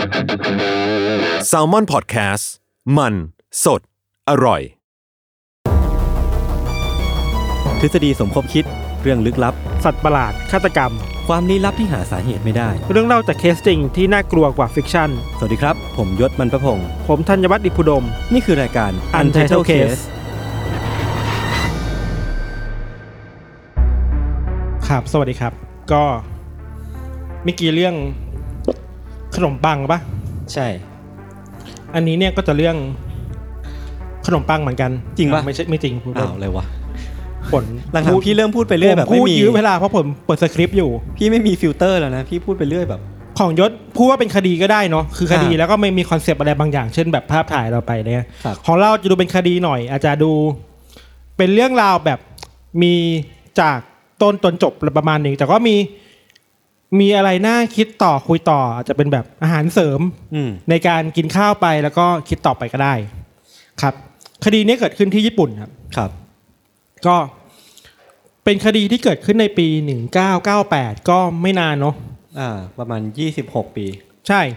Salmon Podcast มันสดอร่อยทฤษฎีสมคบคิดเรื่องลึกลับสัตว์ประหลาดฆาตกรรมความลี้ลับที่หาสาเหตุไม่ได้เรื่องเล่าจากเคสจริงที่น่ากลัวกว่าฟิกชั่นสวัสดีครับผมยศมันประพงษ์ผมธัญวัฒน์อิพุดมนี่คือรายการ Untitled Case ครับสวัสดีครับก็เมื่อกี้เรื่องขนมปังป่ะใช่อันนี้เนี่ยก็จะเรื่องขนมปังเหมือนกันจริงป่ะไม่จริงอ้าวอะไรวะผลหลังๆพี่เริ่มพูดไปเรื่อยแบบไม่มียื้อเวลาเพราะผมเปิดสคริปต์อยู่พี่ไม่มีฟิลเตอร์แล้วนะพี่พูดไปเรื่อยแบบของยศพูดว่าเป็นคดีก็ได้เนาะคือคดีแล้วก็ไม่มีคอนเซปต์อะไรบางอย่างเช่นแบบภาพถ่ายเราไปเนี่ยของเราจะดูเป็นคดีหน่อยอาจจะดูเป็นเรื่องราวแบบมีจากต้นจนจบประมาณนึงแต่ก็มีอะไรน่าคิดต่อคุยต่ออาจจะเป็นแบบอาหารเสริมในการกินข้าวไปแล้วก็คิดต่อไปก็ได้ครับคดีนี้เกิดขึ้นที่ญี่ปุ่นครับก็เป็นคดีที่เกิดขึ้นในปี1998ก็ไม่นานเนาะประมาณ26ปีใช่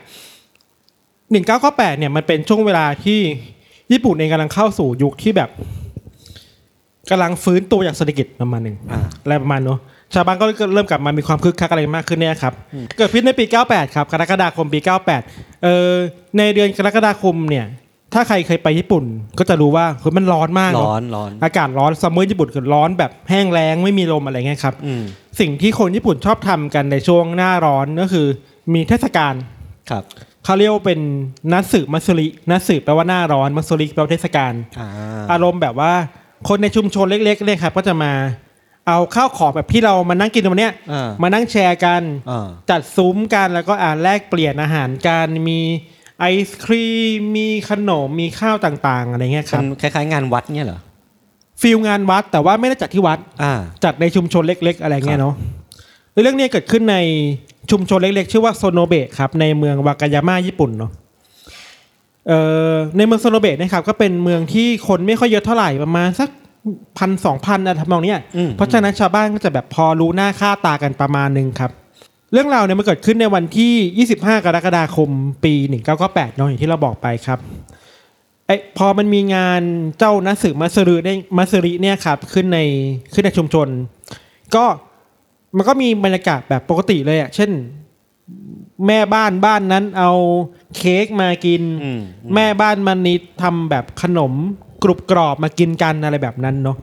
1998เนี่ยมันเป็นช่วงเวลาที่ญี่ปุ่นเองกำลังเข้าสู่ยุคที่แบบกำลังฟื้นตัวจากเศรษฐกิจประมาณนึงอะไรประมาณเนาะชาวบ้านก็เริ่มกลับมามีความคึกคักอะไรมากขึ้นเนี่ยครับเกิดขึ้นในปี98ครับกรกฎาคมปี98ในเดือนกรกฎาคมเนี่ยถ้าใครเคยไปญี่ปุ่นก็จะรู้ว่ามันร้อนมากร้อนอากาศร้อนซัมเมอร์ญี่ปุ่นคือร้อนแบบแห้งแล้งไม่มีลมอะไรเงี้ยครับสิ่งที่คนญี่ปุ่นชอบทำกันในช่วงหน้าร้อนก็คือมีเทศกาลครับเขาเรียกว่าเป็นนัตสึมัตสึรินัตสึแปลว่าหน้าร้อนมัตสึริแปลว่าเทศกาลอารมณ์แบบว่าคนในชุมชนเล็กๆเนี่ยครับก็จะมาเอาข้าวของแบบที่เรามานั่งกินวันเนี้ยมานั่งแชร์กันจัดซุ้มกันแล้วก็แลกเปลี่ยนอาหารกันมีไอศครีมมีขนมมีข้าวต่างๆอะไรเงี้ยครับคล้ายๆงานวัดเงี้ยเหรอฟีลงานวัดแต่ว่าไม่ได้จัดที่วัดจัดในชุมชนเล็กๆอะไรเงี้ยเนาะเรื่องนี้เกิดขึ้นในชุมชนเล็กๆชื่อว่าโซโนเบะครับในเมืองวากายาม่าญี่ปุ่นเนาะในเมืองโซโนเบะนะครับก็เป็นเมืองที่คนไม่ค่อยเยอะเท่าไหร่ประมาณสัก 1,000-2,000 อะไรทำนองเนี้ยเพราะฉะนั้นชาวบ้านก็จะแบบพอรู้หน้าค่าตากันประมาณนึงครับเรื่องราวเนี่ยมันเกิดขึ้นในวันที่25กรกฎาคมปี1998เนาะอย่างที่เราบอกไปครับพอมันมีงานเจ้านัสึมัตสึริเนี่ยครับขึ้นในชุมชนก็มันก็มีบรรยากาศแบบปกติเลยอ่ะเช่นแม่บ้านนั้นเอาเค้กมากินแม่บ้านมันนี่ทำแบบขนมกรุบกรอบมากินกันอะไรแบบนั้นเนาะ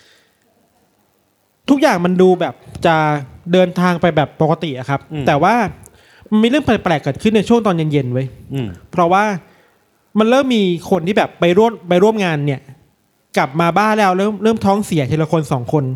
ทุกอย่างมันดูแบบจะเดินทางไปแบบปกติอะครับแต่ว่ามันมีเรื่องแปลกๆเกิดขึ้นในช่วงตอนเย็นๆไว้เพราะว่ามันเริ่มมีคนที่แบบไปร่วมงานเนี่ยกลับมาบ้านแล้วเริ่มท้องเสียทีละคน2คน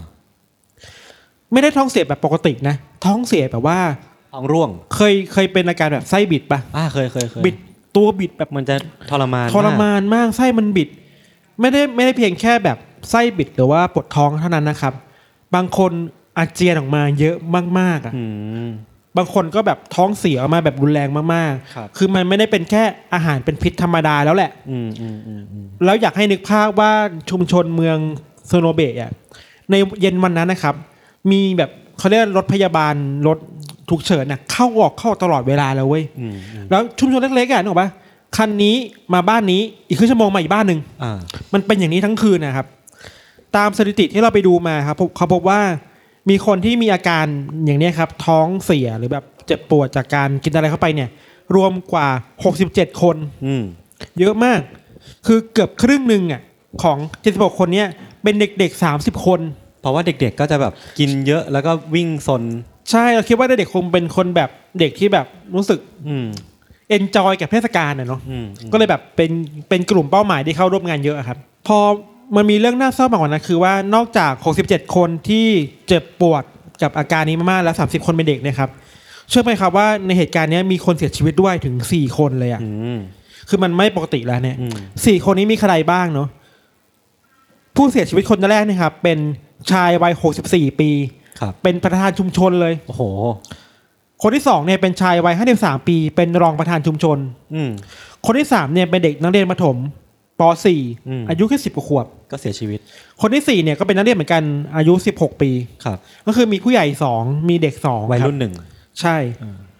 ไม่ได้ท้องเสียแบบปกตินะท้องเสียแบบว่าท้องร่วงเคยเป็นอาการแบบไส้บิดป่ะเคยบิดตัวบิดแบบมันจะทรมานมากไส้มันบิดไม่ได้เพียงแค่แบบไส้บิดหรือว่าปวดท้องเท่านั้นนะครับบางคนอาเจียนออกมาเยอะมากๆอ่ะบางคนก็แบบท้องเสียออกมาแบบรุนแรงมากๆคือมันไม่ได้เป็นแค่อาหารเป็นพิษธรรมดาแล้วแหละแล้วอยากให้นึกภาพว่าชุมชนเมืองโซโนเบะอ่ะในเย็นวันนั้นนะครับมีแบบเขาเรียกรถพยาบาลรถฉุกเฉินน่ะเข้าตลอดเวลาแล้วเว้ยแล้วชุมชนเล็กๆอ่ะนึกออกป่ะคันนี้มาบ้านนี้อีกครึ่งชั่วโมงมาอีกบ้านนึงมันเป็นอย่างนี้ทั้งคืนนะครับตามสถิติที่เราไปดูมาครับเขาพบว่ามีคนที่มีอาการอย่างนี้ครับท้องเสียหรือแบบเจ็บปวดจากการกินอะไรเข้าไปเนี่ยรวมกว่า67คนเยอะมากคือเกือบครึ่งนึงอ่ะของ76คนเนี้ยเป็นเด็กๆ30คนเพราะว่าเด็กๆก็จะแบบกินเยอะแล้วก็วิ่งซนใช่เราคิดว่าเด็กคงเป็นคนแบบเด็กที่แบบรู้สึกเอนจอยกับเทศกาลเนาะก็เลยแบบเป็นกลุ่มเป้าหมายที่เข้าร่วมงานเยอะครับพอมันมีเรื่องน่าเศร้ามากกว่านั้นคือว่านอกจาก67คนที่เจ็บปวดกับอาการนี้มากๆแล้ว30คนเป็นเด็กนะครับเชื่อไหมครับว่าในเหตุการณ์นี้มีคนเสียชีวิตด้วยถึง4คนเลยอ่ะคือมันไม่ปกติแล้วเนี่ย4คนนี้มีใครบ้างเนาะผู้เสียชีวิตคนแรกนะครับเป็นชายวัย64ปีเป็นประธานชุมชนเลยโอ้โหคนที่2เนี่ยเป็นชายวัย53ปีเป็นรองประธานชุมชนคนที่3เนี่ยเป็นเด็กนักเรียนประถมป.4 อายุแค่10กว่าขวบก็เสียชีวิตคนที่4เนี่ยก็เป็นนักเรียนเหมือนกันอายุ16ปีครับก็คือมีผู้ใหญ่2มีเด็ก2 วัยรุ่น1 ใช่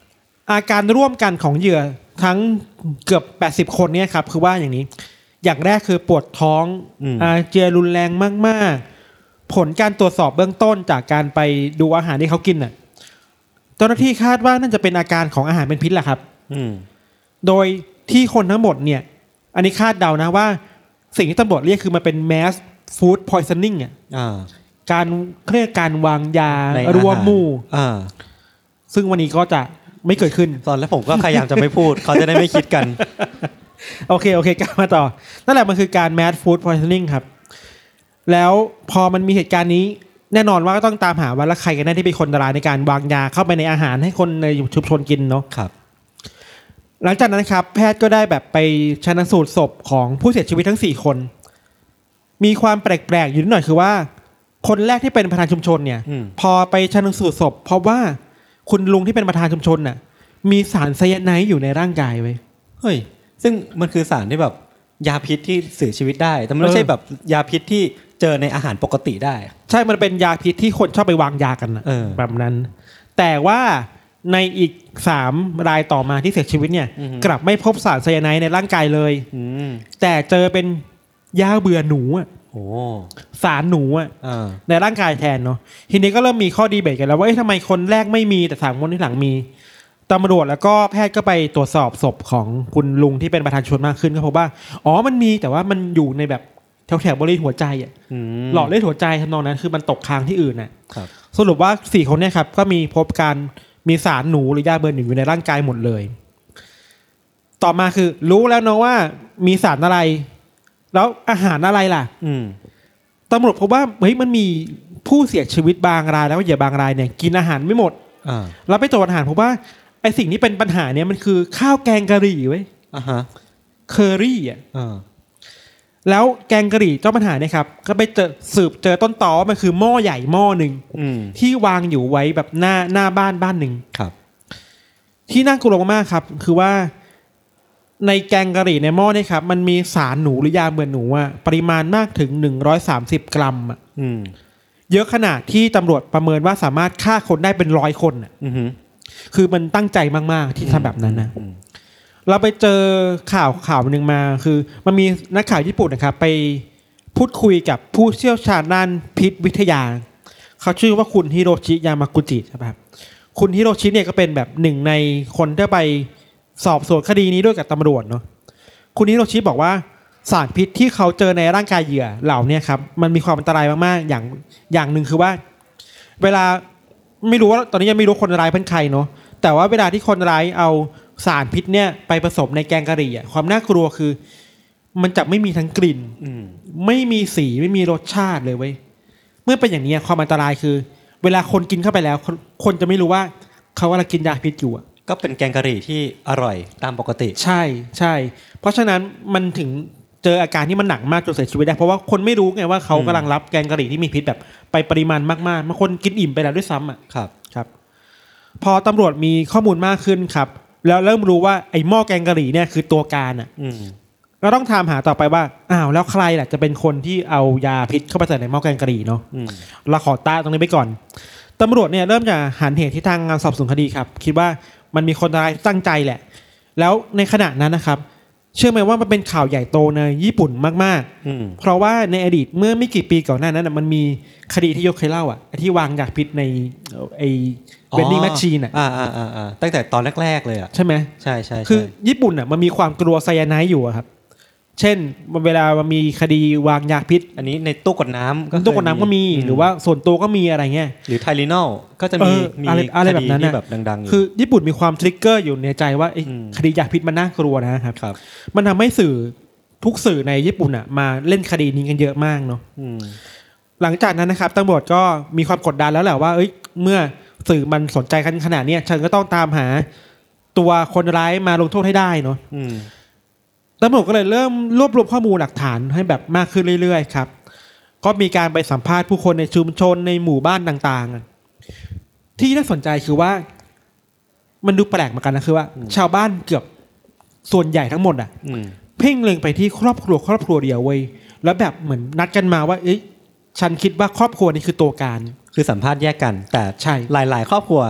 อาการร่วมกันของเหยื่อทั้งเกือบ80คนเนี่ยครับคือว่าอย่างนี้อย่างแรกคือปวดท้องอาเจียนรุนแรงมากๆผลการตรวจสอบเบื้องต้นจากการไปดูอาหารที่เขากินน่ะเจ้าหน้าที่คาดว่าน่าจะเป็นอาการของอาหารเป็นพิษแหละครับโดยที่คนทั้งหมดเนี่ยอันนี้คาดเดานะว่าสิ่งที่ตำรวจเรียกคือมันเป็น mass food poisoning อ่ะการเรียกการวางยารวมหมู่ซึ่งวันนี้ก็จะไม่เกิดขึ้นตอนแล้วผมก็พยายามจะไม่พูด เขาจะได้ไม่คิดกันโอเคกลับมาต่อนั่นแหละมันคือการ mass food poisoning ครับแล้วพอมันมีเหตุการณ์นี้แน่นอนว่าก็ต้องตามหาว่าแล้วใครกันแน่ที่เป็นคนร้ายในการวางยาเข้าไปในอาหารให้คนในชุมชนกินเนาะครับหลังจากนั้นครับแพทย์ก็ได้แบบไปชันสูตรศพของผู้เสียชีวิตทั้ง4คนมีความแปลกๆอยู่นิดหน่อยคือว่าคนแรกที่เป็นประธานชุมชนเนี่ยพอไปชันสูตรศพเพราะว่าคุณลุงที่เป็นประธานชุมชนน่ะมีสารไซยาไนด์อยู่ในร่างกายไว้เฮ้ยซึ่งมันคือสารที่แบบยาพิษที่เสียชีวิตได้แต่มันไม่ใช่แบบยาพิษที่เจอในอาหารปกติได้ใช่มันเป็นยาพิษที่คนชอบไปวางยากันนะแบบนั้นแต่ว่าในอีก3รายต่อมาที่เสียชีวิตเนี่ยกลับไม่พบสารไซยาไนด์ในร่างกายเลยแต่เจอเป็นยาเบื่อหนูอ่ะสารหนูอ่ะในร่างกายแทนเนาะทีนี้ก็เริ่มมีข้อดีเบตกันแล้วว่าทำไมคนแรกไม่มีแต่3คนที่หลังมีตำรวจแล้วก็แพทย์ก็ไปตรวจสอบศพของคุณลุงที่เป็นประธานชนมากขึ้นก็พบว่ามันมีแต่ว่ามันอยู่ในแบบแถวบริเวณหัวใจอ่ะหลอดเลือดหัวใจทำนองนั้นคือมันตกค้างที่อื่นน่ะสรุปว่า4คนเนี่ยครับก็มีพบการมีสารหนูหรือยาเบื่อหนูอยู่ในร่างกายหมดเลยต่อมาคือรู้แล้วเนาะว่ามีสารอะไรแล้วอาหารอะไรล่ะตำรวจพบว่าเฮ้ยมันมีผู้เสียชีวิตบางรายแล้วก็เหยื่อบางรายเนี่ยกินอาหารไม่หมดแล้วไปตรวจอาหารพบว่าไอสิ่งที่เป็นปัญหาเนี่ยมันคือข้าวแกงกะหรี่เว้ยเคอรี่อ่ะแล้วแกงกะหรี่เจ้าปัญหาเนี่ยครับก็ไปเจอต้นตอมันคือหม้อใหญ่หม้อหนึ่งที่วางอยู่ไว้แบบหน้าบ้านหนึ่งที่น่ากลัวมากครับคือว่าในแกงกะหรี่ในหม้อนี่ครับมันมีสารหนูหรือยาเบื่อหนูอ่ะปริมาณมากถึง130กรัมอ่ะเยอะขนาดที่ตำรวจประเมินว่าสามารถฆ่าคนได้เป็น100คนอ่ะคือมันตั้งใจมากๆที่ทำแบบนั้นนะเราไปเจอข่าวนึงมาคือมันมีนักข่าวญี่ปุ่นนะครับไปพูดคุยกับผู้เชี่ยวชาญด้านพิษวิทยาเขาชื่อว่าคุณฮิโรชิยามากุจิใช่ไหมครับคุณฮิโรชิเนี่ยก็เป็นแบบหนึ่งในคนที่ไปสอบสวนคดีนี้ด้วยกับตำรวจเนาะคุณฮิโรชิบอกว่าสารพิษที่เขาเจอในร่างกายเหยื่อเหล่านี้ครับมันมีความอันตรายมากๆอย่างหนึ่งคือว่าเวลาไม่รู้ว่าตอนนี้ยังไม่รู้คนร้ายเป็นใครเนาะแต่ว่าเวลาที่คนร้ายเอาสารพิษเนี่ยไปผสมในแกงกะหรี่อ่ะความน่ากลัวคือมันจะไม่มีทั้งกลิ่นไม่มีสีไม่มีรสชาติเลยเว้ยเมื่อเป็นอย่างนี้ความอันตรายคือเวลาคนกินเข้าไปแล้วคนจะไม่รู้ว่าเขากำลังกินยาพิษอยู่อ่ะก็เป็นแกงกะหรี่ที่อร่อยตามปกติใช่เพราะฉะนั้นมันถึงเจออาการที่มันหนักมากจนเสียชีวิตได้เพราะว่าคนไม่รู้ไงว่าเขากำลังรับแกงกะหรี่ที่มีพิษแบบไปปริมาณมากๆบางคนกินอิ่มไปแล้วด้วยซ้ำอ่ะครับพอตำรวจมีข้อมูลมากขึ้นครับแล้วเริ่มรู้ว่าไอ้หม้อแกงกะหรี่เนี่ยคือตัวการอ่ะเราต้องถามหาต่อไปว่าแล้วใครล่ะจะเป็นคนที่เอายาพิษเข้าไปใส่ในหม้อแกงกะหรี่เนาะเราขอต้าตรงนี้ไปก่อนตำรวจเนี่ยเริ่มจะหันเหตุที่ทางงานสอบสวนคดีครับคิดว่ามันมีคนร้ายตั้งใจแหละแล้วในขณะนั้นนะครับเชื่อไหมว่ามันเป็นข่าวใหญ่โตในญี่ปุ่นมากๆเพราะว่าในอดีตเมื่อไม่กี่ปีก่อนหน้านั้นมันมีคดีที่ยกเคยเล่าที่วางยาพิษในไอ้เวนดิ้งแมชชีนตั้งแต่ตอนแรกๆเลยใช่ไหมใช่คือญี่ปุ่นมันมีความกลัวไซยาไนด์อยู่ครับเช่นเวลามันมีคดีวางยาพิษอันนี้ในตู้กดน้ำตู้กดน้ำก็มีหรือว่าส่วนตัวก็มีอะไรเงี้ยหรือไทลินอลก็จะมีอะไรแบบนั้นแบบดังๆคือญี่ปุ่นมีความทริกเกอร์อยู่ในใจว่าคดียาพิษมันน่ากลัวนะครับมันทำให้สื่อทุกสื่อในญี่ปุ่นมาเล่นคดีนี้กันเยอะมากเนาะหลังจากนั้นนะครับตำรวจก็มีความกดดันแล้วแหละว่าเมื่อสื่อมันสนใจกันขนาดนี้ฉันก็ต้องตามหาตัวคนร้ายมาลงโทษให้ได้เนาะตำรวจก็เลยเริ่มรวบรวมข้อมูลหลักฐานให้แบบมากขึ้นเรื่อยๆครับก็มีการไปสัมภาษณ์ผู้คนในชุมชนในหมู่บ้านต่างๆที่น่าสนใจคือว่ามันดูแปลกเหมือนกันนะคือว่าชาวบ้านเกือบส่วนใหญ่ทั้งหมดเพ่งเล็งไปที่ครอบครัวเดียวเว้ยแล้วแบบเหมือนนัดกันมาว่าฉันคิดว่าครอบครัวนี้คือตัวการคือสัมภาษณ์แยกกันแต่ใช่หลายๆครอบครัว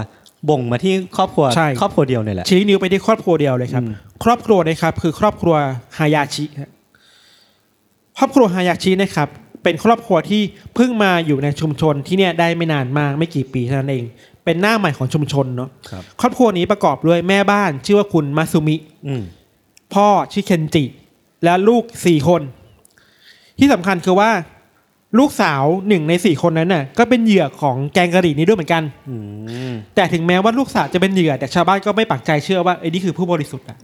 บ่งมาที่ครอบครัวใช่ครอบครัวเดียวเนี่ยแหละชี้นิ้วไปที่ครอบครัวเดียวเลยครับครอบครัวนะครับคือครอบครัวฮายาชิครอบครัวฮายาชินะครับเป็นครอบครัวที่เพิ่งมาอยู่ในชุมชนที่เนี่ยได้ไม่นานมากไม่กี่ปีเท่านั้นเองเป็นหน้าใหม่ของชุมชนเนาะครอบครัวนี้ประกอบด้วยแม่บ้านชื่อว่าคุณมาซุมิพ่อชื่อเคนจิและลูก4 คนที่สำคัญคือว่าลูกสาว1 ใน 4 คนนั้นน่ะก็เป็นเหยื่อของแกงกะหรี่นี้ด้วยเหมือนกันแต่ถึงแม้ว่าลูกสาวจะเป็นเหยื่อแต่ชาวบ้านก็ไม่ปักใจเชื่อว่าไอ้นี่คือผู้บริสุทธิ์อ่ะ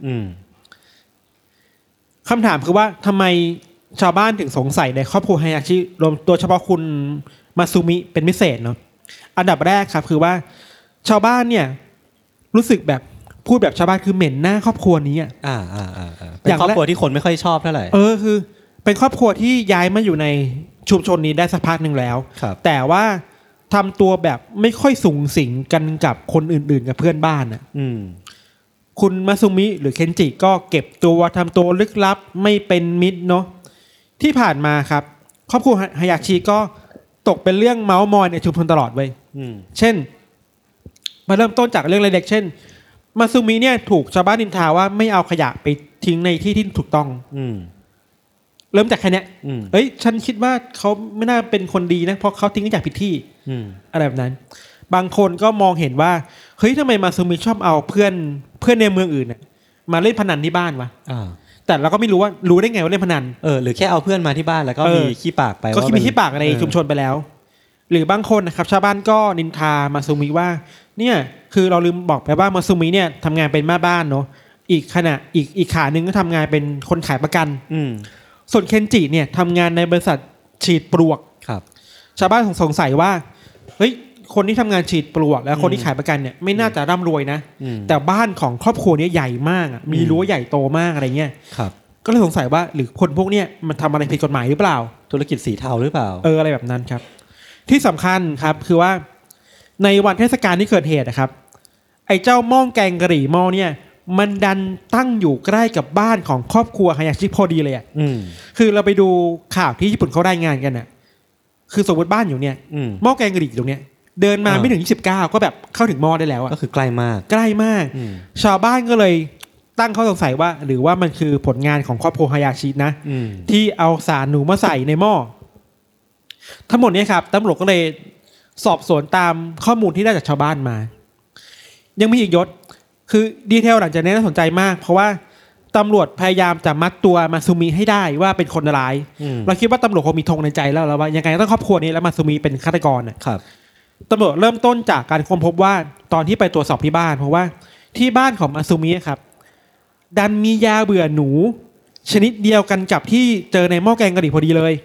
คำถามคือว่าทำไมชาวบ้านถึงสงสัยในครอบครัวฮายาชิรวมตัวเฉพาะคุณมาซุมิเป็นพิเศษเนาะอันดับแรกครับคือว่าชาวบ้านเนี่ยรู้สึกแบบพูดแบบชาวบ้านคือเหม็นหน้าครอบครัวนี้อ่ะเป็นครอบครัวที่คนไม่ค่อยชอบเท่าไหร่คือเป็นครอบครัวที่ย้ายมาอยู่ในชุมชนนี้ได้สักพักหนึ่งแล้วแต่ว่าทำตัวแบบไม่ค่อยสูงสิงกันกับคนอื่นๆกับเพื่อนบ้านอ่ะคุณมาซุมิหรือเคนจิก็เก็บตัวทำตัวลึกลับไม่เป็นมิตรเนาะที่ผ่านมาครับครอบครัวฮายาชิก็ตกเป็นเรื่องเมาส์มอยในชุมชนตลอดเว้ยเช่นมาเริ่มต้นจากเรื่องเล็กๆเช่นมาซุมิเนี่ยถูกชาวบ้านนินทาว่าไม่เอาขยะไปทิ้งในที่ที่ถูกต้องเริ่มจากแค่นี้ฉันคิดว่าเขาไม่น่าเป็นคนดีนะเพราะเขาทิ้งขยะผิดที่อะไรแบบนั้นบางคนก็มองเห็นว่าเฮ้ยทำไมมาซุมิชอบเอาเพื่อนในเมืองอื่นมาเล่นพนันที่บ้านวะแต่เราก็ไม่รู้ว่ารู้ได้ไงว่าเล่นพนันหรือแค่เอาเพื่อนมาที่บ้านแล้วก็มีขี้ปากไปก็มีขี้ปากในชุมชนไปแล้วหรือบางคนนะครับชาวบ้านก็นินทามาซุมิว่าเนี่ยคือเราลืมบอกไปว่ามาซุมิเนี่ยทำงานเป็นแม่บ้านเนาะอีกขานึงก็ทำงานเป็นคนขายประกันส่วนเคนจิเนี่ยทำงานในบริษัทฉีดปลวกชาวบ้านสงสัยว่าเฮ้ยคนที่ทำงานฉีดปลวกแล้วคนที่ขายประกันเนี่ยไม่น่าจะร่ำรวยนะแต่บ้านของครอบครัวนี้ใหญ่มากมีรั้วใหญ่โตมากอะไรเงี้ยก็เลยสงสัยว่าหรือคนพวกเนี้ยมันทำอะไรผิดกฎหมายหรือเปล่าธุรกิจสีเทาหรือเปล่าอะไรแบบนั้นครับที่สำคัญครับคือว่าในวันเทศกาลที่เกิดเหตุนะครับไอ้เจ้าหม้อแกงกะหรี่หม้อเนี่ยมันดันตั้งอยู่ใกล้กับบ้านของครอบครัวฮายาชิพอดีเลยคือเราไปดูข่าวที่ญี่ปุ่นเขารายงานกันน่ะคือสมมติบ้านอยู่เนี่ยหม้อแกงกะหรี่ตรงเนี้ยเดินมาไม่ถึง29ก็แบบเข้าถึงหม้อได้แล้วก็คือใกล้มากชาวบ้านก็เลยตั้งข้อสงสัยว่าหรือว่ามันคือผลงานของครอบครัวฮายาชินะที่เอาสารหนูมาใส่ในหม้อทั้งหมดนี้ครับตำรวจก็เลยสอบสวนตามข้อมูลที่ได้จากชาวบ้านมายังมีอีกยศคือดีเทลหลังจากนี้น่าสนใจมากเพราะว่าตำรวจพยายามจะมัดตัวมาซุมิให้ได้ว่าเป็นคนร้ายเราคิดว่าตำรวจคงมีธงในใจแล้วว่ายังไงต้องครอบครัวนี้แล้วมาซุมิเป็นฆาตกรครับตำรวจเริ่มต้นจากการค้นพบว่าตอนที่ไปตรวจสอบที่บ้านเพราะว่าที่บ้านของมาซุมิครับดันมียาเบื่อหนูชนิดเดียวกันกับที่เจอในหม้อแกงกะหรี่พอดีเลย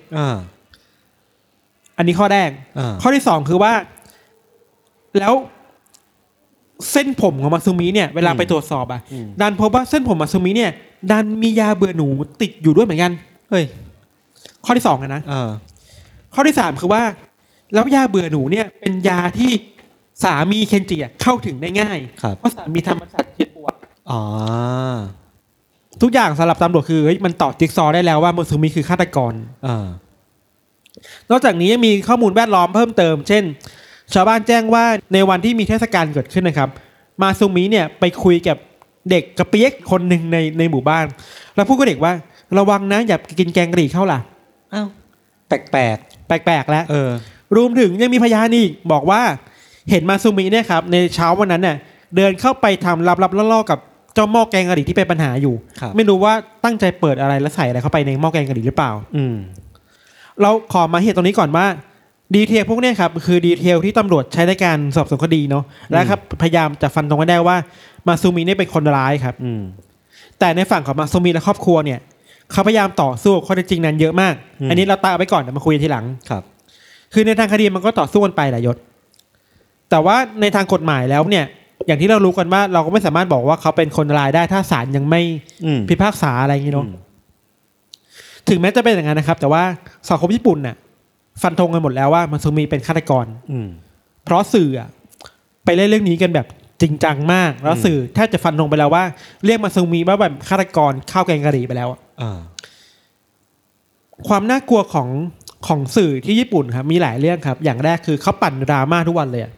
อันนี้ข้อแรกข้อที่2คือว่าแล้วเส้นผมของมาซุมิเนี่ยเวลาไปตรวจสอบดันพบว่าเส้นผมมาซุมิเนี่ยดันมียาเบื่อหนูติดอยู่ด้วยเหมือนกันเฮ้ยข้อที่2นะข้อที่3คือว่าแล้วยาเบื่อหนูเนี่ยเป็นยาที่สามีเคนจิเข้าถึงได้ง่ายเพราะสามีทำบริษัทฉีดปลวกทุกอย่างสำหรับตำรวจคือมันต่อจิ๊กซอว์ได้แล้วว่ามาซุมิคือฆาตกรนอกจากนี้ยังมีข้อมูลแวดล้อมเพิ่มเติมเช่นชาวบ้านแจ้งว่าในวันที่มีเทศกาลเกิดขึ้นนะครับมาซุมิเนี่ยไปคุยกับเด็กกระเปี๊ยกคนหนึ่งในหมู่บ้านแล้วพูดกับเด็กว่าระวังนะอย่ากินแกงกะหรี่เข้าล่ะอ้าวแปลกแล้วรวมถึงยังมีพยานอีกบอกว่าเห็นมาซุมิเนี่ยครับในเช้าวันนั้นเนี่ยเดินเข้าไปทำลับๆล่อๆกับเจ้าหม้อแกงกะหรี่ที่เป็นปัญหาอยู่ไม่รู้ว่าตั้งใจเปิดอะไรแล้วใส่อะไรเข้าไปในหม้อแกงกะหรี่หรือเปล่าเราขอมาเหตุตรงนี้ก่อนว่าดีเทลพวกนี้ครับคือดีเทลที่ตำรวจใช้ในการสอบสวนคดีเนาะและครับพยายามจะฟันตรงกันได้ว่ามาซุมิเนี่ยเป็นคนร้ายครับแต่ในฝั่งของมาซุมิและครอบครัวเนี่ยเขาพยายามต่อสู้ข้อเท็จจริงนั้นเยอะมากอันนี้เราตามไว้ก่อนเดี๋ยวมาคุยทีหลังครับคือในทางคดีมันก็ต่อสู้กันไปแหละยศแต่ว่าในทางกฎหมายแล้วเนี่ยอย่างที่เรารู้กันว่าเราก็ไม่สามารถบอกว่าเขาเป็นคนร้ายได้ถ้าศาลยังไม่พิพากษาอะไรอย่างนี้เนาะถึงแม้จะเป็นอย่างนั้นนะครับแต่ว่าสังคมญี่ปุ่นน่ะฟันธงกันหมดแล้วว่ามาซุมิเป็นฆาตกรเพราะสื่อไปเล่นเรื่องนี้กันแบบจริงจังมากแล้วสื่อแทบจะฟันธงไปแล้วว่าเรียกมาซุมิว่าแบบฆาตกรข้าวแกงกะหรี่ไปแล้วความน่ากลัวของสื่อที่ญี่ปุ่นครับมีหลายเรื่องครับอย่างแรกคือเขาปั่นดราม่าทุกวันเลย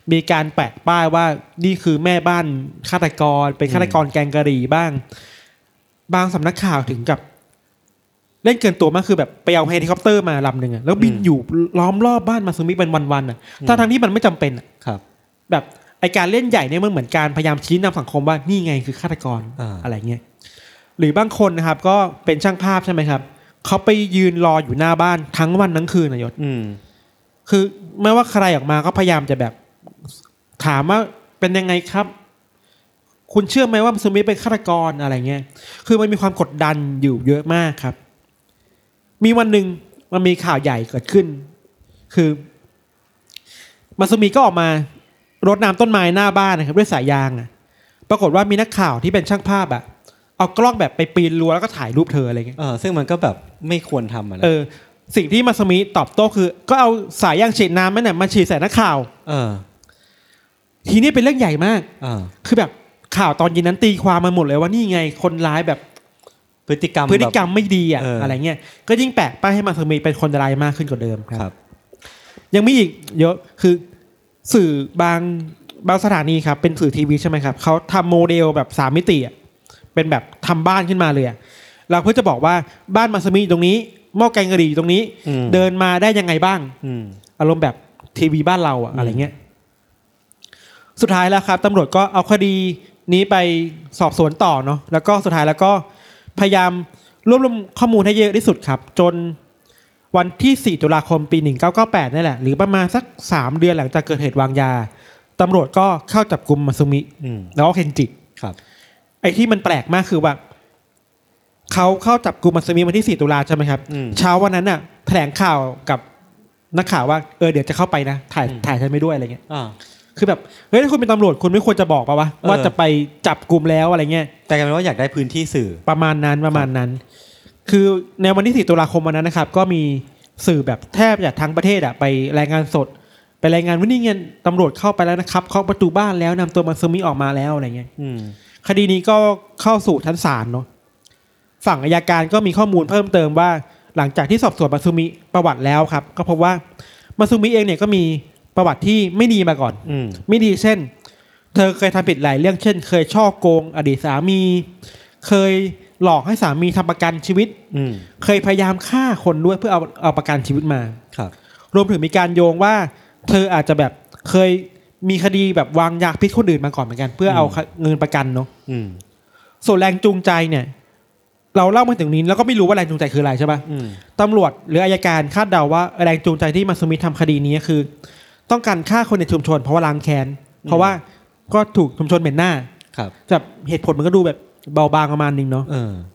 มีการแปะป้ายว่านี่คือแม่บ้านฆาตกรเป็นฆาตกรแกงกะหรี่บ้างบางสำนักข่าวถึงกับเล่นเกินตัวมากคือแบบไปเอาเฮลิคอปเตอร์มาลำหนึ่งแล้วบินอยู่ล้อมรอบบ้านมาซูมิเป็นวันๆทั้งที่มันไม่จำเป็นครับแบบไอการเล่นใหญ่เนี่ยมันเหมือนการพยายามชี้นำสังคมว่านี่ไงคือฆาตกร อะไรเงี้ยหรือบางคนนะครับก็เป็นช่างภาพใช่ไหมครับเขาไปยืนรออยู่หน้าบ้านทั้งวันทั้งคืนนะยศคือไม่ว่าใครออกมาก็พยายามจะแบบถามว่าเป็นยังไงครับคุณเชื่อไหมว่าซูมิเป็นฆาตกรอะไรเงี้ยคือมันมีความกดดันอยู่เยอะมากครับมีวันหนึ่งมันมีข่าวใหญ่เกิดขึ้นคือมาซูมิก็ออกมารดน้ำต้นไม้หน้าบ้านนะครับด้วยสายยางปรากฏว่ามีนักข่าวที่เป็นช่างภาพเอากล้องแบบไปปีนรั้วแล้วก็ถ่ายรูปเธออะไรเงี้ยซึ่งมันก็แบบไม่ควรทำสิ่งที่มาซูมิตอบโต้คือก็เอาสายยางฉีดน้ำนั่นน่ะมาฉีดใส่นักข่าวทีนี้เป็นเรื่องใหญ่มากคือแบบข่าวตอนเย็นนั้นตีความมาหมดเลยว่านี่ไงคนร้ายแบบพฤติกรรมไม่ดีอะไรเงี้ยก็ยิ่งแปะป้ายให้มาซูมิเป็นคนร้ายมากขึ้นกว่าเดิมครับยังมีอีกเยอะคือสื่อบางสถานีครับเป็นสื่อทีวีใช่ไหมครับเขาทำโมเดลแบบ3มิติเป็นแบบทำบ้านขึ้นมาเลยเราเพื่อจะบอกว่าบ้านมาซูมิตรงนี้หม้อแกงกะหรี่ตรงนี้เดินมาได้ยังไงบ้างอารมณ์แบบทีวีบ้านเราอะไรเงี้ยสุดท้ายแล้วครับตำรวจก็เอาคดีนี้ไปสอบสวนต่อเนาะแล้วก็สุดท้ายแล้วก็พยายามรวบรวมข้อมูลให้เยอะที่สุดครับจนวันที่4ตุลาคมปี1998นี่แหละหรือประมาณสัก3เดือนหลังจากเกิดเหตุวางยาตำรวจก็เข้าจับกุมมาซูมิแล้วก็เคนจิครับไอ้ที่มันแปลกมากคือว่าเขาเข้าจับกุมมาซูมิวันที่4ตุลาใช่ไหมครับเช้าวันนั้นน่ะแถลงข่าวกับนักข่าวว่าเดี๋ยวจะเข้าไปนะถ่ายฉันไม่ด้วยอะไรเงี้ยคือแบบเฮ้ยถ้าคุณเป็นตำรวจคุณไม่ควรจะบอกป่ะวะว่าจะไปจับกุมแล้วอะไรเงี้ยแต่กลายเป็นว่าอยากได้พื้นที่สื่อประมาณนั้นคือในวันที่4ตุลาคมวันนั้นนะครับก็มีสื่อแบบแทบจะทั้งประเทศไปรายงานสดไปรายงานว่านี่เงี้ยตำรวจเข้าไปแล้วนะครับเคาะประตูบ้านแล้วนำตัวมาซูมิออกมาแล้วอะไรเงี้ยคดีนี้ก็เข้าสู่ชั้นศาลเนาะฝั่งอัยการก็มีข้อมูลเพิ่มเติมว่าหลังจากที่สอบสวนมาซูมิประวัติแล้วครับก็พบว่ามาซูมิเองเนี่ยก็มีประวัติที่ไม่ดีมาก่อนไม่ดีเช่นเธอเคยทำผิดหลายเรื่องเช่นเคยฉ้อโกงอดีตสามีเคยหลอกให้สามีทำประกันชีวิตเคยพยายามฆ่าคนด้วยเพื่อเอาประกันชีวิตมาครับรวมถึงมีการโยงว่าเธออาจจะแบบเคยมีคดีแบบวางยาพิษคนอื่นมาก่อนเหมือนกันเพื่อเอาเงินประกันเนาะส่วนแรงจูงใจเนี่ยเราเล่ามาถึงนี้แล้วก็ไม่รู้ว่าแรงจูงใจคืออะไรใช่ป่ะตำรวจหรืออัยการคาดเดาว่าแรงจูงใจที่มาซูมิทำคดีนี้คือต้องการฆ่าคนในชุมชนเพราะว่าล้างแค้นเพราะว่าก็ถูกชุมชนเหม็นหน้าแบบเหตุผลมันก็ดูแบบเบาบางประมาณนึงเนาะ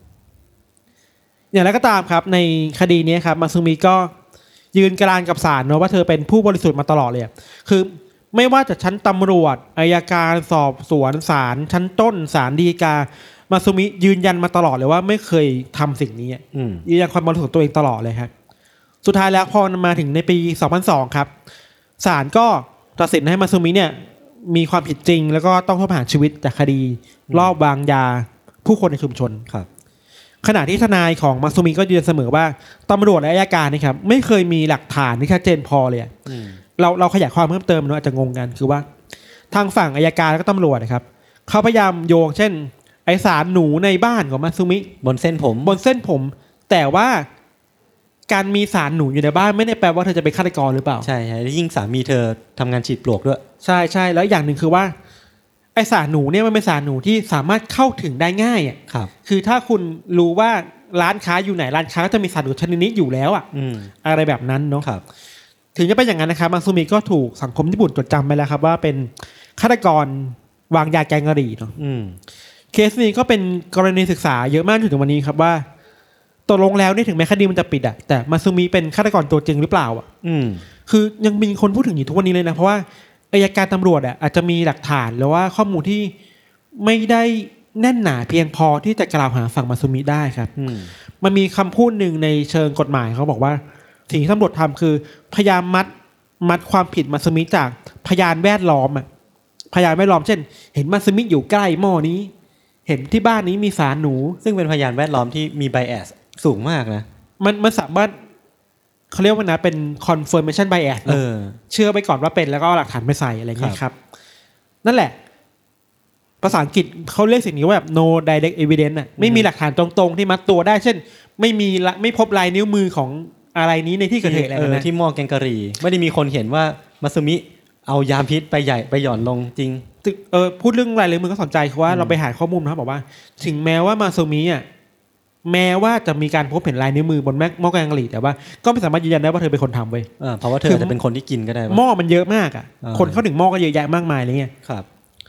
อย่างไรก็ตามครับในคดีนี้ครับมาซูมิก็ยืนกรานกับศาลเนาะว่าเธอเป็นผู้บริสุทธิ์มาตลอดเลยคือไม่ว่าจะชั้นตำรวจอัยการสอบสวนศาลชั้นต้นศาลฎีกามาซูมิยืนยันมาตลอดเลยว่าไม่เคยทำสิ่งนี้ยืนยันความบริสุทธิ์ตัวเองตลอดเลยครับสุดท้ายแล้วพอมาถึงในปี2002ครับศาลก็ตัดสินให้มาซูมิเนี่ยมีความผิดจริงแล้วก็ต้องโทษประหารชีวิตจากคดีลอบวางยาผู้คนในชุมชนครับขณะที่ทนายของมาซูมิก็ยืนเสมอว่าตำรวจและอัยการนะครับไม่เคยมีหลักฐานที่ชัดเจนพอเลยเราขยายความเพิ่มเติมเนอะอาจจะงงกันคือว่าทางฝั่งอัยการและก็ตำรวจนะครับเขาพยายามโยงเช่นไอสารหนูในบ้านของมาซูมิบนเส้นผมแต่ว่าการมีสารหนูอยู่ในบ้านไม่ได้แปลว่าเธอจะเป็นฆาตกรหรือเปล่าใช่ๆยิ่งสามีเธอทำงานฉีดปลวกด้วยใช่ๆแล้วอย่างหนึ่งคือว่าไอสารหนูเนี่ยมันเป็นสารหนูที่สามารถเข้าถึงได้ง่ายคือถ้าคุณรู้ว่าร้านค้าอยู่ไหนร้านค้าก็จะมีสารหนูชนิดนี้อยู่แล้วอะไรแบบนั้นเนาะถึงจะเป็นอย่างนั้นนะครับมาซูมิก็ถูกสังคมญี่ปุ่นจดจำไปแล้วครับว่าเป็นฆาตกรวางยาแกงกะหรี่เนาะเคสนี้ก็เป็นกรณีศึกษาเยอะมากถึงวันนี้ครับว่าตกลงแล้วเนี่ยถึงแม้คดีมันจะปิดแต่มาซูมิเป็นฆาตกรตัวจริงหรือเปล่าคือยังมีคนพูดถึงอยู่ทุกวันนี้เลยนะเพราะว่าอัยการตำรวจอาจจะมีหลักฐานหรือว่าข้อมูลที่ไม่ได้แน่นหนาเพียงพอที่จะกล่าวหาฝั่งมาซูมิได้ครับมันมีคำพูดหนึ่งในเชิงกฎหมายเขาบอกว่าสิ่งที่ตำรวจทำคือพยายามมัดความผิดมาซูมิจากพยานแวดล้อมพยานแวดล้อมเช่นเห็นมาซูมิอยู่ใกล้หม้อนี้เห็นที่บ้านนี้มีสารหนูซึ่งเป็นพยานแวดล้อมที่มีไบแอสสูงมากนะมันสามารถเขาเรียกว่านะเป็น confirmation bias เชื่อไปก่อนว่าเป็นแล้วก็เอาหลักฐานไปใส่อะไรเงี้ยครับนั่นแหละภาษาอังกฤษเขาเรียกสิ่งนี้ว่าแบบ no direct evidence อ่ะไม่มีหลักฐานตรงๆที่มัดตัวได้เช่นไม่พบลายนิ้วมือของอะไรนี้ในที่เกิดเหตุอะไรนะที่หม้อแกงกะหรี่ไม่ได้มีคนเห็นว่ามาซึมิเอายาพิษไปหย่อนลงจริงพูดเรื่องลายนิ้วมือก็สนใจคือว่าเราไปหาข้อมูลนะครับบอกว่าถึงแม้ว่ามาซึมิอ่ะแม้ว่าจะมีการพบเห็นลายนิ้วมือบนหม้อแกงกะหรี่แต่ว่าก็ไม่สามารถยืนยันได้ว่าเธอเป็นคนทำเว้ยเพราะว่าเธอจะเป็นคนที่กินก็ได้หม้อมันเยอะมากอ่ะคนเข้าถึงหม้อก็เยอะแยะมากมายอะไรเงี้ยครับ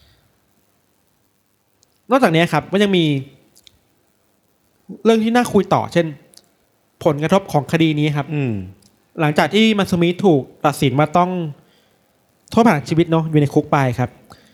นอกจากนี้ครับก็ยังมีเรื่องที่น่าคุยต่อเช่นผลกระทบของคดีนี้ครับหลังจากที่มาซึมิถูกตัดสินว่าต้องโทษประหารชีวิตเนาะอยู่ในคุกไปครับ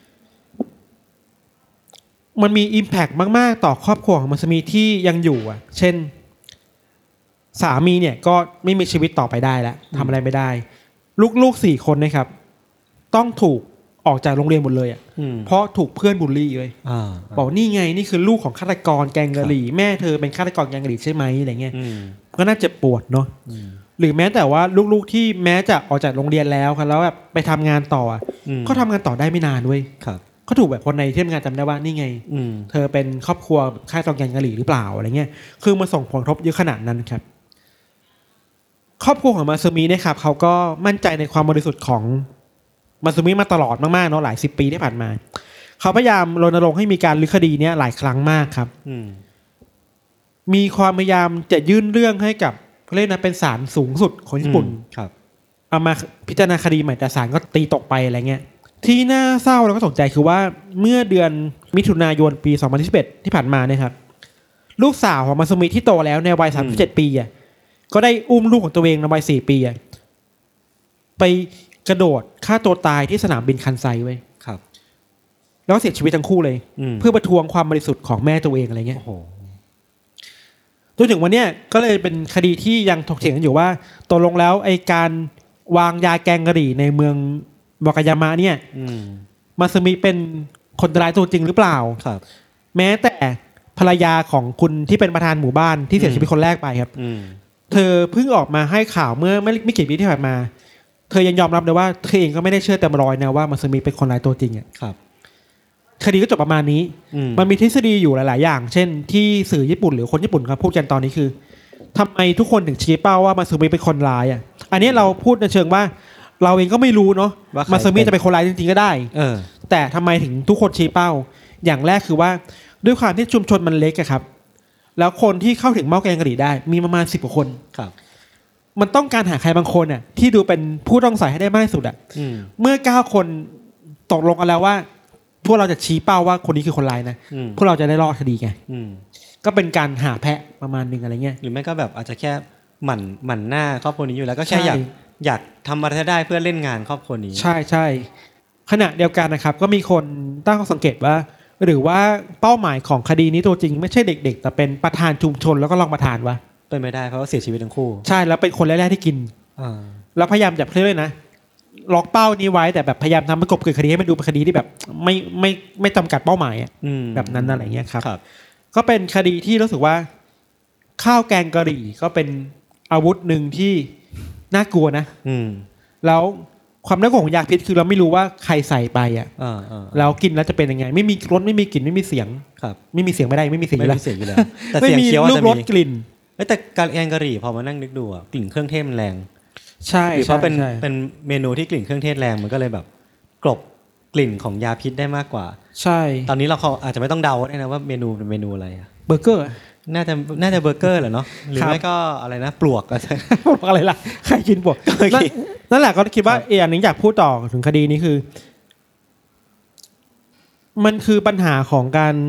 มันมี impact มากๆต่อครอบครัวของมาซึมิที่ยังอยู่อ่ะเช่นสามีเนี่ยก็ไม่มีชีวิตต่อไปได้แล้วทำอะไรไม่ได้ลูก4 คนนะครับต้องถูกออกจากโรงเรียนหมดเลยอ่ะเพราะถูกเพื่อนบูลลี่เลยบอกนี่ไงนี่คือลูกของฆาตกรแกงกะหรี่แม่เธอเป็นฆาตกรแกงกะหรี่ใช่ไหมอะไรเงี้ยก็น่าเจ็บปวดเนาะหรือแม้แต่ว่าลูกๆที่แม้จะออกจากโรงเรียนแล้วครับแล้วแบบไปทำงานต่อก็ทำงานต่อได้ไม่นานเว้ยก็ถูกแบบคนในที่ทำงานจำได้ว่านี่ไงเธอเป็นครอบครัวฆาตกรแกงกะหรี่หรือเปล่าอะไรเงี้ยคือมันส่งผลกระทบเยอะขนาดนั้นครับครอบครัวของมาซึมิเนี่ยครับเขาก็มั่นใจในความบริสุทธิ์ของมาซึมิมาตลอดมากๆเนาะหลาย10 ปีที่ผ่านมาเขาพยายามรณรงค์ให้มีการลื้อคดีเนี้ยหลายครั้งมากครับมีความพยายามจะยื่นเรื่องให้กับเรียกนะเป็นศาลสูงสุดของญี่ปุ่นเอามาพิจารณาคดีใหม่แต่ศาลก็ตีตกไปอะไรเงี้ยที่น่าเศร้าแล้วก็ตกใจคือว่าเมื่อเดือนมิถุนายนปี2021ที่ผ่านมาเนี่ยครับลูกสาวของมาซึมิที่โตแล้วในวัย37 ปีอ่ะก็ได้อุ้มลูกของตัวเองในวัย4 ปีอ่ะไปกระโดดฆ่าตัวตายที่สนามบินคันไซไว้ครับแล้วเสียชีวิตทั้งคู่เลยเพื่อประท้วงความบริสุทธิ์ของแม่ตัวเองอะไรเงี้ยจนถึงวันเนี้ยก็เลยเป็นคดีที่ยังถกเถียงกันอยู่ว่าตกลงแล้วไอ้การวางยาแกงกะหรี่ในเมืองวากายามะเนี่ยมาซึมิเป็นคนร้ายตัวจริงหรือเปล่าครับแม้แต่ภรรยาของคุณที่เป็นประธานหมู่บ้านที่เสียชีวิตคนแรกไปครับเธอเพิ่งออกมาให้ข่าวเมื่อไม่กี่ปีที่ผ่านมาเธอยังยอมรับเลยว่าเธอเองก็ไม่ได้เชื่อเต็มร้อยนะว่ามาซึมิเป็นคนร้ายตัวจริงอ่ะครับคดีก็จบประมาณนี้มันมีทฤษฎีอยู่หลายๆอย่างเช่นที่สื่อญี่ปุ่นหรือคนญี่ปุ่นครับพูดกันตอนนี้คือทำไมทุกคนถึงชี้เป้าว่ามาซึมิเป็นคนร้ายอ่ะอันนี้เราพูดในเชิงว่าเราเองก็ไม่รู้เนาะมาซึมิจะเป็นคนร้ายจริงๆก็ได้แต่ทำไมถึงทุกคนชี้เป้าอย่างแรกคือว่าด้วยความที่ชุมชนมันเล็กอะครับแล้วคนที่เข้าถึงหม้อแกงกะหรี่ได้มีประมาณ10 กว่าคนครับมันต้องการหาใครบางคนน่ะที่ดูเป็นผู้ต้องสงสัยให้ได้มากที่สุดอ่ะเมื่อ9 คนตกลงกันแล้วว่าพวกเราจะชี้เป้าว่าคนนี้คือคนร้ายนะพวกเราจะได้รอดคดีไงก็เป็นการหาแพะประมาณนึงอะไรเงี้ยหรือไม่ก็แบบอาจจะแค่หมั่นหน้าครอบครัวนี้อยู่แล้วก็แค่อยากทำอะไรได้เพื่อเล่นงานครอบครัวนี้ใช่ใช่ขณะเดียวกันนะครับก็มีคนตั้งข้อสังเกตว่าหรือว่าเป้าหมายของคดีนี้ตัวจริงไม่ใช่เด็กๆแต่เป็นประธานชุมชนแล้วก็รองประธานวะเป็นไม่ได้เพราะว่าเสียชีวิตทั้งคู่ใช่แล้วเป็นคนแรกๆที่กินแล้วพยายามจะเพื่อเลยนะล็อกเป้านี้ไว้แต่แบบพยายามทำให้กบเกิดคดีให้มันดูเป็นคดีที่แบบไม่จำกัดเป้าหมายแบบนั้นอะไรเงี้ยครับก็เป็นคดีที่รู้สึกว่าข้าวแกงกะหรี่ก็เป็นอาวุธหนึ่งที่น่ากลัวนะแล้วความน่ากลัวของยาพิษคือเราไม่รู้ว่าใครใส่ไปแล้วกินแล้วจะเป็นยังไงไม่มีรสไม่มีกลิ่นไม่มีเสียงไม่มีเสียงไม่ได้ไม่มีเสียงอยู่แล้วแต่เสียงเคี้ยวจะมีรสกลิ่นแต่การแกงกะหรี่พอมานั่งนึกดูอ่ะกลิ่นเครื่องเทศมันแรงใช่หรือเพราะเป็นเมนูที่กลิ่นเครื่องเทศแรงมันก็เลยแบบกลบกลิ่นของยาพิษได้มากกว่าใช่ตอนนี้เราอาจจะไม่ต้องเดาได้นะว่าเมนูเป็นเมนูอะไรอ่ะเบอร์เกอร์น่าจะเบอร์เกอร์แหละเนาะหรือไม่ก็อะไรนะปลวกอะไรล่ะใครกินปลวกนั่นแหละก็คิดว่าอันนี้อยากพูดต่อถึงคดีนี้คือมันคือปัญหาของ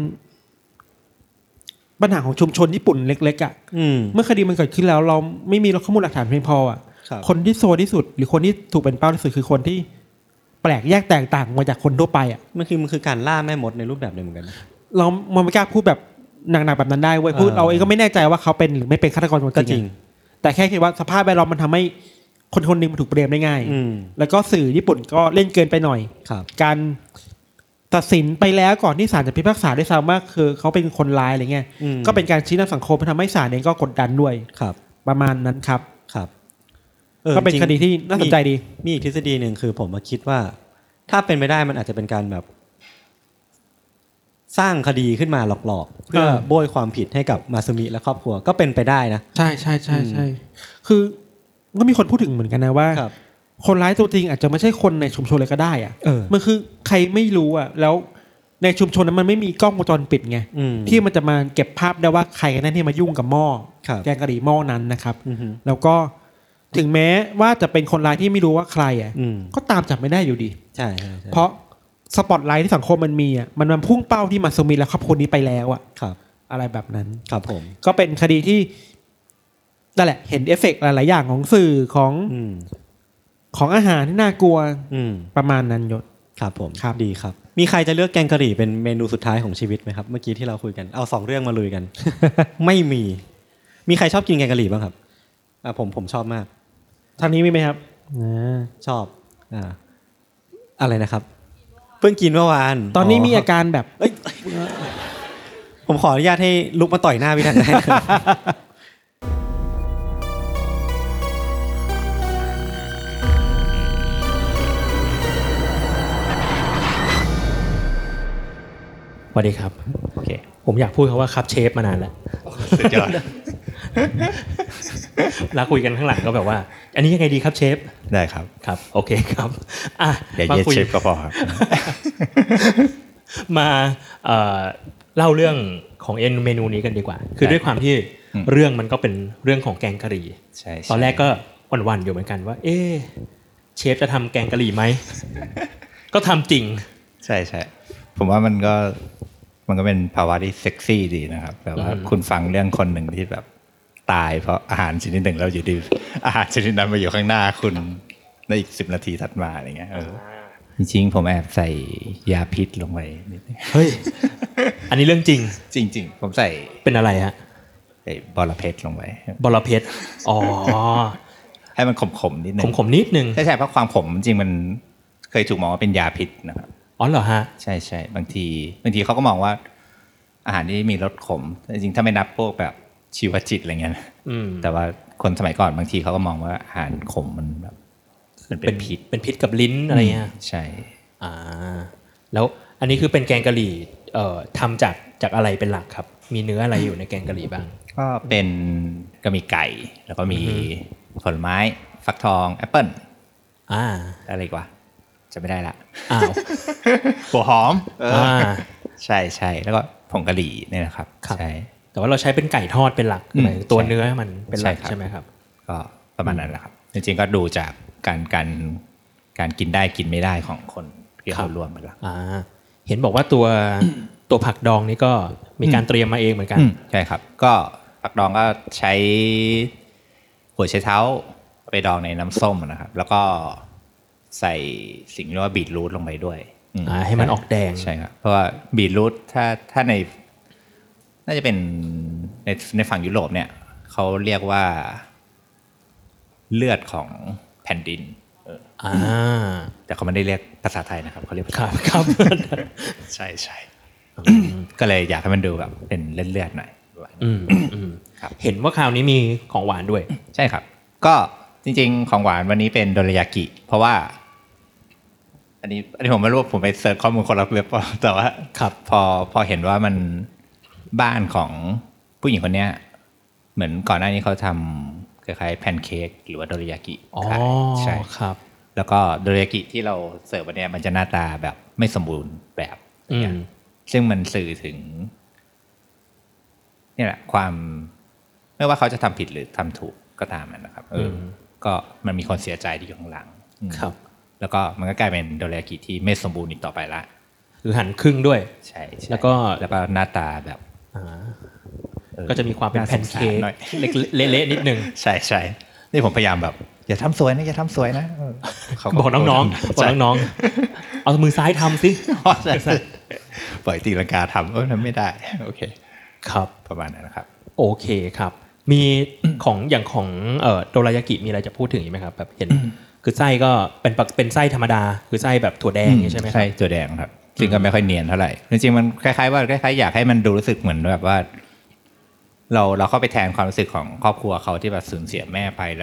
ชุมชนญี่ปุ่นเล็กๆอ่ะเมื่อคดีมันเกิดขึ้นแล้วเราไม่มีข้อมูลหลักฐานเพียงพออ่ะคนที่โซที่สุดหรือคนที่ถูกเป็นเป้าที่สุดคือคนที่แปลกแยกแตกต่างมาจากคนทั่วไปอ่ะมันคือการล่าแม่มดในรูปแบบนึงเหมือนกันเราไม่กล้าพูดแบบหนักๆแบบนั้นได้เว้ยพูดเราเองก็ไม่แน่ใจว่าเขาเป็นหรือไม่เป็นฆาตกรตัวจริงแต่แค่คิดว่าสภาพแวดล้อมมันทำให้คนนึงมันถูกเปรียบได้ง่ายแล้วก็สื่อญี่ปุ่นก็เล่นเกินไปหน่อยการตัดสินไปแล้วก่อนที่ศาลจะพิพากษาได้ซ้ำว่าคือเขาเป็นคนร้ายอะไรเงี้ยก็เป็นการชี้นำสังคมทำให้ศาลเองก็กดดันด้วยประมาณนั้นครับก็เป็นคดีที่น่าสนใจดีมีอีกทฤษฎีหนึ่งคือผมมาคิดว่า ถ้าเป็นไปได้มันอาจจะเป็นการแบบสร้างคดีขึ้นมาหลอกๆเพื่อโบยความผิดให้กับมาซึมิและครอบครัวก็เป็นไปได้นะใช่ใช่ใช่ใช่คือก็มีคนพูดถึงเหมือนกันนะว่าคนร้ายตัวจริงอาจจะไม่ใช่คนในชุมชนเลยก็ได้อ่ะมันคือใครไม่รู้อ่ะแล้วในชุมชนนั้นมันไม่มีกล้องวงจรปิดไงที่มันจะมาเก็บภาพได้ว่าใครกันแน่ที่มายุ่งกับหม้อแกงกะหรี่หม้อนั้นนะครับแล้วก็ถึงแม้ว่าจะเป็นคนร้ายที่ไม่รู้ว่าใครอ่ะก็ตามจับไม่ได้อยู่ดีใช่เพราะสปอตไลท์ที่สังคมมันมีอ่ะมันพุ่งเป้าที่มาซึมิและครอบครัวนี้ไปแล้วอ่ะอะไรแบบนั้นครับผมก็เป็นคดีที่นั่นแหละเห็นเอฟเฟกต์หลายๆอย่างของสื่อของอาหารที่น่ากลัวประมาณนั้นยศครับผมครับดีครับมีใครจะเลือกแกงกะหรี่เป็นเมนูสุดท้ายของชีวิตไหมครับเมื่อกี้ที่เราคุยกันเอา2เรื่องมาลุยกัน ไม่มีใครชอบกินแกงกะหรี่บ้างครับผมชอบมากทางนี้มีไหมครับชอบอะไรนะครับเพิ่งกินเมื่อวานตอนนี้มีอาการแบบผมขออนุญาตให้ลุกมาต่อยหน้าพี่ทันได้สวัสดีครับโอเคผมอยากพูดคำว่าครับเชฟมานานแล้วสุดยอดแล้วคุยกันข้างหลังก็แบบว่าอันนี้ยังไงดีครับเชฟได้ครับครับโอเคครับอย่าเย็ดเชฟก็พอครับมาเล่าเรื่องของเมนูนี้กันดีกว่าคือด้วยความที่เรื่องมันก็เป็นเรื่องของแกงกะหรี่ตอนแรกก็วันๆอยู่เหมือนกันว่าเชฟจะทำแกงกะหรี่ไหมก็ทำจริงใช่ๆผมว่ามันก็เป็นภาวะที่เซ็กซี่ดีนะครับแบบว่าคุณฟังเรื่องคนหนึ่งที่แบบตายเพราะอาหารชนิดหนึ่งแล้วอยู่ดีอาหารชนิดนั้นมาอยู่ข้างหน้าคุณในอีก10 นาทีถัดมาอะไรเงี้ยจริงๆผมแอบใส่ยาพิษลงไปนิดนึงเฮ้ยอันนี้เรื่องจริงจริงๆผมใส่เป็นอะไรฮะบอระเพ็ดลงไปบอระเพ็ดอ๋อให้มันขมๆนิดนึงขมๆนิดนึงใช่เพราะความขมจริงมันเคยถูกมองว่าเป็นยาพิษนะครับอ๋อเหรอฮะใช่ๆบางทีเขาก็มองว่าอาหารที่มีรสขมจริงๆถ้าไม่นับพวกแบบชีวจิตอะไรเงี้ยแต่ว่าคนสมัยก่อนบางทีเขาก็มองว่าอาหารขมมันแบบเป็นพิษกับลิ้นอะไรเงี้ยใช่แล้วอันนี้คือเป็นแกงกะหรี่ทำจากอะไรเป็นหลักครับมีเนื้ออะไรอยู่ในแกงกะหรี่บ้างก็มีไก่แล้วก็มีผลไม้ฟักทองแอปเปิ้ลอะไรกว่าจะไม่ได้ละหัวหอมใช่แล้วก็ผงกะหรี่นี่แหละครับใช่แต่ว่าเราใช้เป็นไก่ทอดเป็นหลักตัวเนื้อมันเป็นหลักใช่ไหมครับก็ประมาณนั้นแหละครับจริงๆก็ดูจากการกินได้กินไม่ได้ของคนที่เขารวมเป็นหลักเห็นบอกว่าตัวผักดองนี่ก็มีการเตรียมมาเองเหมือนกันใช่ครับก็ผักดองก็ใช้หัวไชเท้าไปดองในน้ำส้มนะครับแล้วก็ใส่สิ่งที่เรียกว่าบีทรูทลงไปด้วยให้มันออกแดงใช่ครับเพราะว่าบีทรูทถ้าในน่าจะเป็นในฝั่งยุโรปเนี่ยเขาเรียกว่าเลือดของแผ่นดินแต่เขาไม่ได้เรียกภาษาไทยนะครับเขาเรียกครับใช่ก็เลยอยากให้มันดูแบบเป็นเลือดหน่อยเห็นว่าคราวนี้มีของหวานด้วยใช่ครับก็จริงๆของหวานวันนี้เป็นโดรายากิเพราะว่าอันนี้ผมไม่รู้ผมไปเสิร์ชข้อมูลคนละเว็บแต่ว่าพอเห็นว่ามันบ้านของผู้หญิงคนนี้เหมือนก่อนหน้านี้เขาทำคล้ายๆแพนเค้กหรือว่าโดรายากิใช่ครับแล้วก็โดรายากิที่เราเสิร์ฟวันนี้มันจะหน้าตาแบบไม่สมบูรณ์แบบซึ่งมันสื่อถึงนี่แหละความไม่ว่าเขาจะทำผิดหรือทำถูกก็ตามนะครับก็มันมีคนเสียใจที่อยู่ข้างหลังครับแล้วก็มันก็กลายเป็นโดรายากิที่ไม่สมบูรณ์อีกต่อไปละคือหั่นครึ่งด้วยใช่แล้วก็หน้าตาแบบก็จะมีความเป็นแพนเค้กเละๆนิดนึงใช่นี่ผมพยายามแบบอย่าทำสวยนะอย่าทำสวยนะบอกน้องๆเอามือซ้ายทำสิปล่อยตีลังกาทำทำไม่ได้โอเคครับประมาณนั้นนะครับโอเคครับมีอย่างของโดรายากิมีอะไรจะพูดถึงอีกไหมครับแบบเห็นคือไส้ก็เป็นไส้ธรรมดาคือไส้แบบถั่วแดงใช่ไหมใช่ถั่วแดงครับซึ่งก็ไม่ค่อยเนียนเท่าไหร่จริงๆมันคล้ายๆอยากให้มันดูรู้สึกเหมือนแบบว่าเราเข้าไปแทนความรู้สึกของครอบครัวเขาที่แบบสูญเสียแม่ไปแล้วแบบ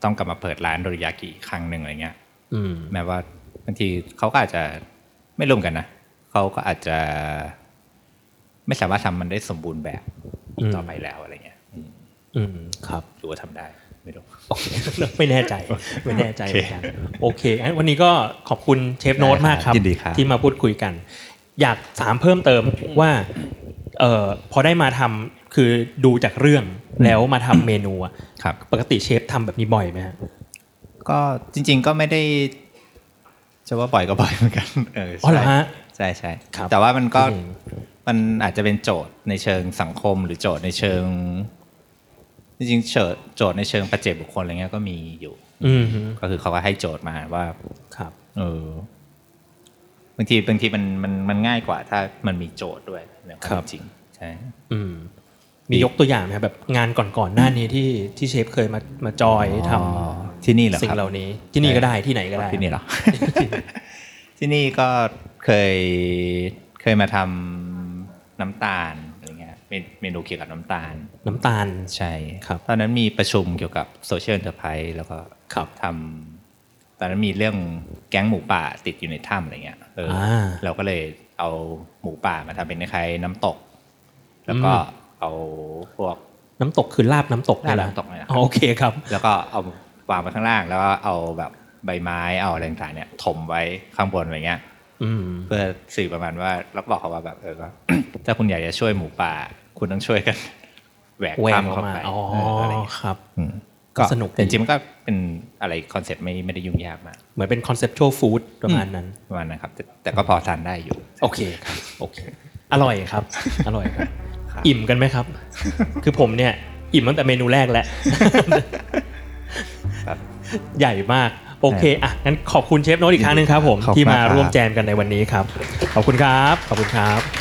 ต้องกลับมาเปิดร้านโดริยากิครั้งหนึ่งอะไรเงี้ย แม้ว่าบางทีเขาก็อาจจะไม่ร่วมกันนะเขาก็อาจจะไม่สามารถทำมันได้สมบูรณ์แบบต่อไปแล้วอะไรเงี้ยครับหรือว่าทำได้ไม่รู้ไม่แน่ใจเหมือนกันโอเคงั้นวันนี้ก็ขอบคุณเชฟโน้ตมากครับที่มาพูดคุยกัน อยากถามเพิ่มเติมว่าพอได้มาทำคือดูจากเรื่องแล้วมาทำเมนูครับปกติเชฟทำแบบนี้บ่อยไหมฮะก็จริงๆก็ไม่ได้จะว่าบ่อยก็บ่อยเหมือนกันอ๋อเหรอฮะใช่ใช่แต่ว่ามันอาจจะเป็นโจทย์ในเชิงสังคมหรือโจทย์ในเชิงจริงๆโจทย์ในเชิงปัจเจกบุคคลอะไรเงี้ยก็มีอยู่ก็คือเขาก็ให้โจทย์มาว่าครับบางทีมันง่ายกว่าถ้ามันมีโจทย์ด้วยในความจริงใช่มียกตัวอย่างไหมครับแบบงานก่อนหน้านี้ที่เชฟเคยมาจอยทำที่นี่เหรอครับสิ่งเหล่านี้ที่นี่ก็ได้ที่ไหนก็ได้ที่นี่เหรอ ที่นี่ก็เคยมาทำน้ำตาลอะไรเงี้ยเมนูเกี่ยวกับน้ำตาลใช่ครับตอนนั้นมีประชุมเกี่ยวกับโซเชียลเอ็นเตอร์ไพรส์แล้วก็ทำตอนนั้นมีเรื่องแก๊งหมูป่าติดอยู่ในถ้ำอะไรเงี้ยเราก็เลยเอาหมูป่ามาทำเป็นคล้ายๆน้ำตกแล้วก็เอาพวกน้ำตกคือลาบน้ำตกนี่แหละน้ำตกเนี่ยโอเคครับแล้วก็เอาวางไว้ข้างล่างแล้วก็เอาแบบใบไม้เอาอะไรต่างๆเนี่ยถมไว้ข้างบนอะไรเงี้ยเพื่อสื่อประมาณว่าเราบอกเขาว่าแบบก็ ถ้าคุณอยากจะช่วยหมูป่าคุณต้องช่วยกันแหวกถ้ำเข้าไปอะไรครับก็สนุกแต่จริงๆมันก็เป็นอะไรคอนเซ็ปต์ไม่ได้ยุ่งยากมากเหมือนเป็นคอนเซ็ปชวลฟู้ดประมาณนั้นครับแต่ก็พอทานได้อยู่โอเคครับโอเคอร่อยครับอิ่มกันไหมครับคือผมเนี่ยอิ่มตั้งแต่เมนูแรกแล้วใหญ่มากโอเคงั้นขอบคุณเชฟโน้ตอีกครั้งนึงครับผมที่มาร่วมแจมกันในวันนี้ครับขอบคุณครับ